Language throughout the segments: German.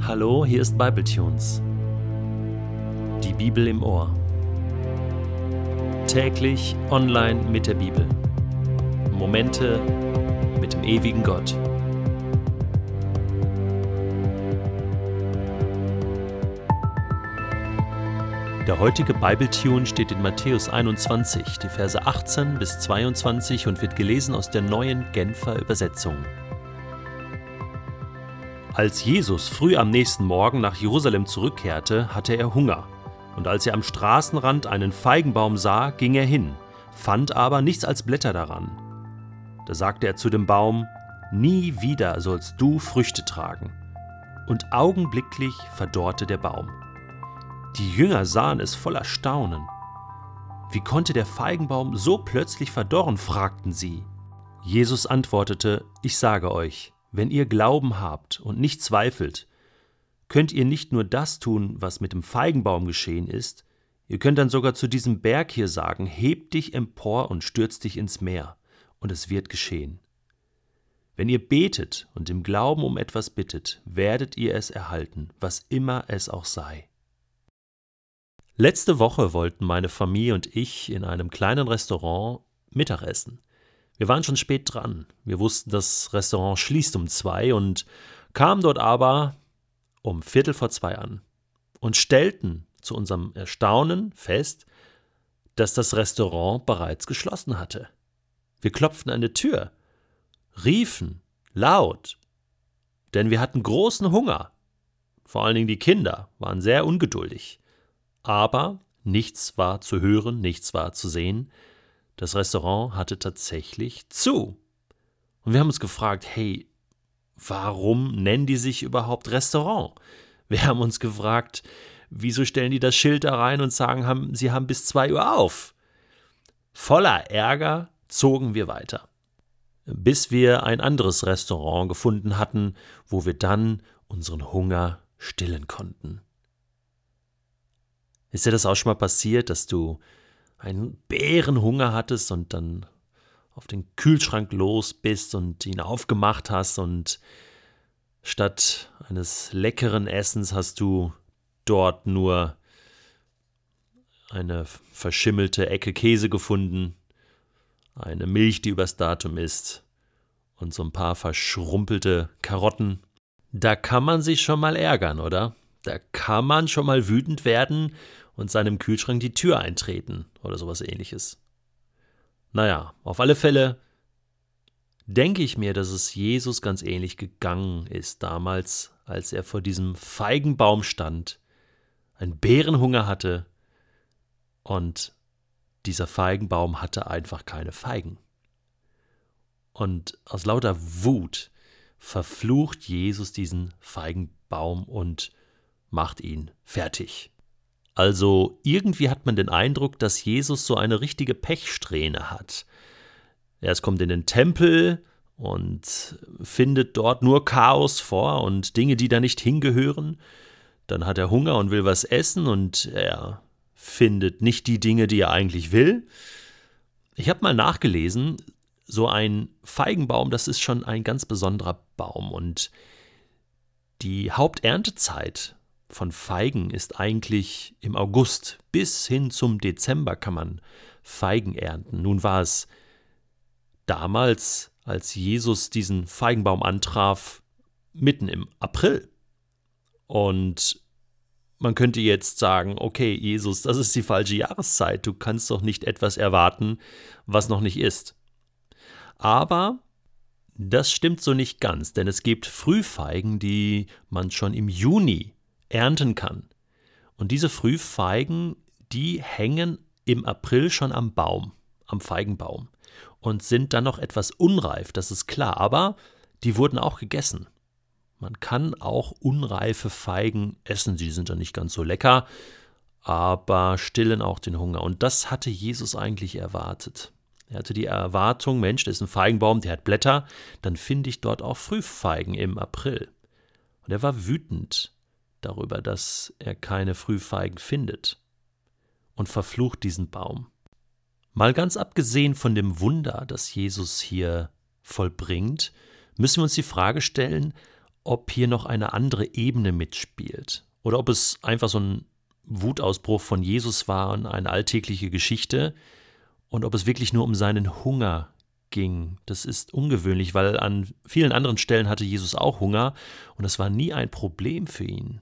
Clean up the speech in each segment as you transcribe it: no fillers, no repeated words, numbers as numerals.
Hallo, hier ist Bibletunes. Die Bibel im Ohr. Täglich online mit der Bibel. Momente mit dem ewigen Gott. Der heutige Bibletune steht in Matthäus 21, die Verse 18 bis 22 und wird gelesen aus der neuen Genfer Übersetzung. Als Jesus früh am nächsten Morgen nach Jerusalem zurückkehrte, hatte er Hunger. Und als er am Straßenrand einen Feigenbaum sah, ging er hin, fand aber nichts als Blätter daran. Da sagte er zu dem Baum: »Nie wieder sollst du Früchte tragen.« Und augenblicklich verdorrte der Baum. Die Jünger sahen es voller Staunen. »Wie konnte der Feigenbaum so plötzlich verdorren?« fragten sie. Jesus antwortete: »Ich sage euch, wenn ihr Glauben habt und nicht zweifelt, könnt ihr nicht nur das tun, was mit dem Feigenbaum geschehen ist, ihr könnt dann sogar zu diesem Berg hier sagen: Heb dich empor und stürz dich ins Meer, und es wird geschehen. Wenn ihr betet und im Glauben um etwas bittet, werdet ihr es erhalten, was immer es auch sei.« Letzte Woche wollten meine Familie und ich in einem kleinen Restaurant Mittagessen. Wir waren schon spät dran. Wir wussten, das Restaurant schließt um 2 und kamen dort aber um 1:15 an und stellten zu unserem Erstaunen fest, dass das Restaurant bereits geschlossen hatte. Wir klopften an die Tür, riefen laut, denn wir hatten großen Hunger. Vor allen Dingen die Kinder waren sehr ungeduldig. Aber nichts war zu hören, nichts war zu sehen. Das Restaurant hatte tatsächlich zu. Und wir haben uns gefragt, hey, warum nennen die sich überhaupt Restaurant? Wir haben uns gefragt, wieso stellen die das Schild da rein und sagen, sie haben bis 2 Uhr auf? Voller Ärger zogen wir weiter, bis wir ein anderes Restaurant gefunden hatten, wo wir dann unseren Hunger stillen konnten. Ist dir das auch schon mal passiert, dass du einen Bärenhunger hattest und dann auf den Kühlschrank los bist und ihn aufgemacht hast und statt eines leckeren Essens hast du dort nur eine verschimmelte Ecke Käse gefunden, eine Milch, die übers Datum ist und so ein paar verschrumpelte Karotten? Da kann man sich schon mal ärgern, oder? Da kann man schon mal wütend werden und seinem Kühlschrank die Tür eintreten oder sowas Ähnliches. Naja, auf alle Fälle denke ich mir, dass es Jesus ganz ähnlich gegangen ist damals, als er vor diesem Feigenbaum stand, einen Bärenhunger hatte und dieser Feigenbaum hatte einfach keine Feigen. Und aus lauter Wut verflucht Jesus diesen Feigenbaum und macht ihn fertig. Also irgendwie hat man den Eindruck, dass Jesus so eine richtige Pechsträhne hat. Erst kommt in den Tempel und findet dort nur Chaos vor und Dinge, die da nicht hingehören. Dann hat er Hunger und will was essen und er findet nicht die Dinge, die er eigentlich will. Ich habe mal nachgelesen, so ein Feigenbaum, das ist schon ein ganz besonderer Baum und die Haupterntezeit von Feigen ist eigentlich im August. Bis hin zum Dezember kann man Feigen ernten. Nun war es damals, als Jesus diesen Feigenbaum antraf, mitten im April. Und man könnte jetzt sagen, okay, Jesus, das ist die falsche Jahreszeit. Du kannst doch nicht etwas erwarten, was noch nicht ist. Aber das stimmt so nicht ganz, denn es gibt Frühfeigen, die man schon im Juni ernten kann. Und diese Frühfeigen, die hängen im April schon am Baum, am Feigenbaum und sind dann noch etwas unreif, das ist klar, aber die wurden auch gegessen. Man kann auch unreife Feigen essen, sie sind dann nicht ganz so lecker, aber stillen auch den Hunger. Und das hatte Jesus eigentlich erwartet. Er hatte die Erwartung, Mensch, das ist ein Feigenbaum, der hat Blätter, dann finde ich dort auch Frühfeigen im April. Und er war wütend darüber, dass er keine Frühfeigen findet und verflucht diesen Baum. Mal ganz abgesehen von dem Wunder, das Jesus hier vollbringt, müssen wir uns die Frage stellen, ob hier noch eine andere Ebene mitspielt oder ob es einfach so ein Wutausbruch von Jesus war und eine alltägliche Geschichte und ob es wirklich nur um seinen Hunger ging. Das ist ungewöhnlich, weil an vielen anderen Stellen hatte Jesus auch Hunger und das war nie ein Problem für ihn.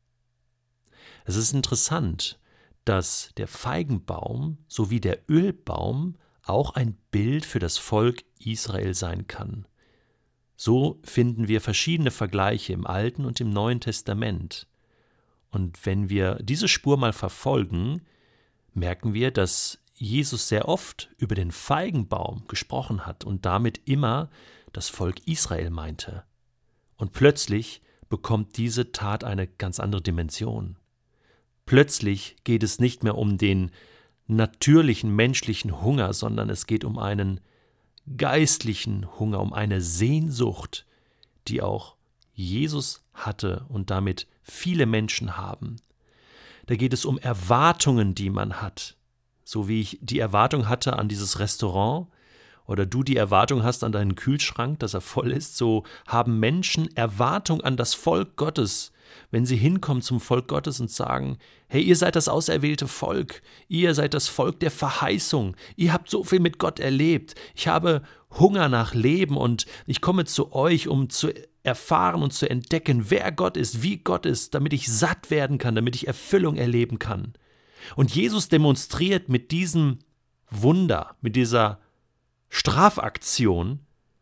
Es ist interessant, dass der Feigenbaum sowie der Ölbaum auch ein Bild für das Volk Israel sein kann. So finden wir verschiedene Vergleiche im Alten und im Neuen Testament. Und wenn wir diese Spur mal verfolgen, merken wir, dass Jesus sehr oft über den Feigenbaum gesprochen hat und damit immer das Volk Israel meinte. Und plötzlich bekommt diese Tat eine ganz andere Dimension. Plötzlich geht es nicht mehr um den natürlichen menschlichen Hunger, sondern es geht um einen geistlichen Hunger, um eine Sehnsucht, die auch Jesus hatte und damit viele Menschen haben. Da geht es um Erwartungen, die man hat. So wie ich die Erwartung hatte an dieses Restaurant oder du die Erwartung hast an deinen Kühlschrank, dass er voll ist, so haben Menschen Erwartung an das Volk Gottes, wenn sie hinkommen zum Volk Gottes und sagen, hey, ihr seid das auserwählte Volk, ihr seid das Volk der Verheißung, ihr habt so viel mit Gott erlebt, ich habe Hunger nach Leben und ich komme zu euch, um zu erfahren und zu entdecken, wer Gott ist, wie Gott ist, damit ich satt werden kann, damit ich Erfüllung erleben kann. Und Jesus demonstriert mit diesem Wunder, mit dieser Strafaktion,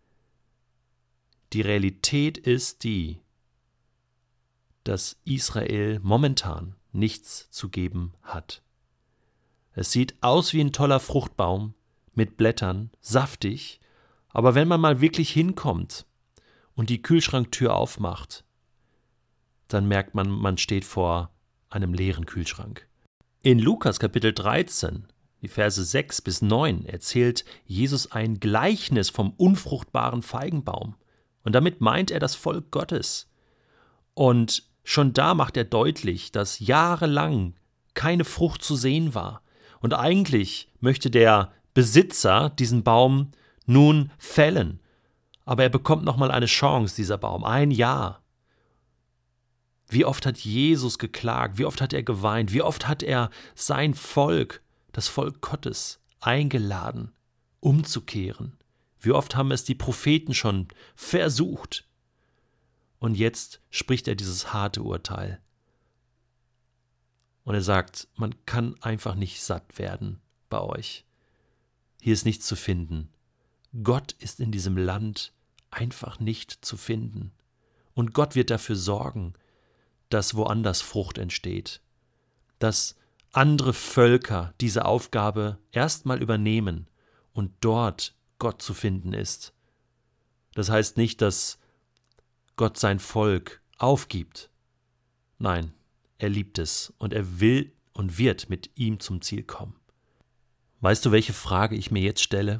die Realität ist die, dass Israel momentan nichts zu geben hat. Es sieht aus wie ein toller Fruchtbaum mit Blättern, saftig, aber wenn man mal wirklich hinkommt und die Kühlschranktür aufmacht, dann merkt man, man steht vor einem leeren Kühlschrank. In Lukas Kapitel 13, die Verse 6 bis 9, erzählt Jesus ein Gleichnis vom unfruchtbaren Feigenbaum. Und damit meint er das Volk Gottes. Und schon da macht er deutlich, dass jahrelang keine Frucht zu sehen war. Und eigentlich möchte der Besitzer diesen Baum nun fällen. Aber er bekommt nochmal eine Chance, dieser Baum, 1 Jahr. Wie oft hat Jesus geklagt, wie oft hat er geweint, wie oft hat er sein Volk, das Volk Gottes, eingeladen, umzukehren. Wie oft haben es die Propheten schon versucht. Und jetzt spricht er dieses harte Urteil. Und er sagt, man kann einfach nicht satt werden bei euch. Hier ist nichts zu finden. Gott ist in diesem Land einfach nicht zu finden. Und Gott wird dafür sorgen, dass woanders Frucht entsteht, dass andere Völker diese Aufgabe erstmal übernehmen und dort Gott zu finden ist. Das heißt nicht, dass Gott sein Volk aufgibt. Nein, er liebt es und er will und wird mit ihm zum Ziel kommen. Weißt du, welche Frage ich mir jetzt stelle?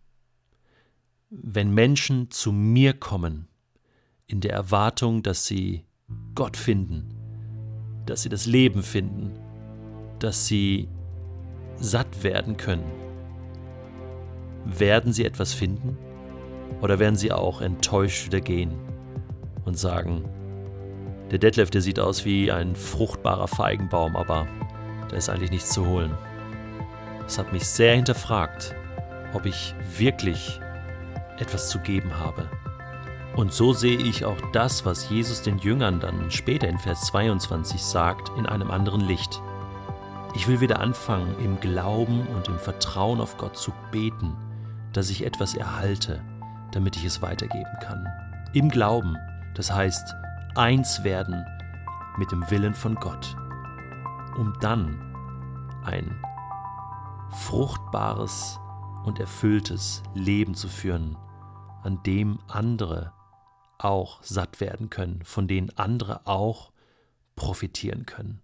Wenn Menschen zu mir kommen, in der Erwartung, dass sie Gott finden, dass sie das Leben finden, dass sie satt werden können, werden sie etwas finden oder werden sie auch enttäuscht wieder gehen und sagen, der Detlef, der sieht aus wie ein fruchtbarer Feigenbaum, aber da ist eigentlich nichts zu holen. Es hat mich sehr hinterfragt, ob ich wirklich etwas zu geben habe. Und so sehe ich auch das, was Jesus den Jüngern dann später in Vers 22 sagt, in einem anderen Licht. Ich will wieder anfangen, im Glauben und im Vertrauen auf Gott zu beten, dass ich etwas erhalte, damit ich es weitergeben kann. Im Glauben, das heißt, eins werden mit dem Willen von Gott, um dann ein fruchtbares und erfülltes Leben zu führen, an dem andere auch satt werden können, von denen andere auch profitieren können.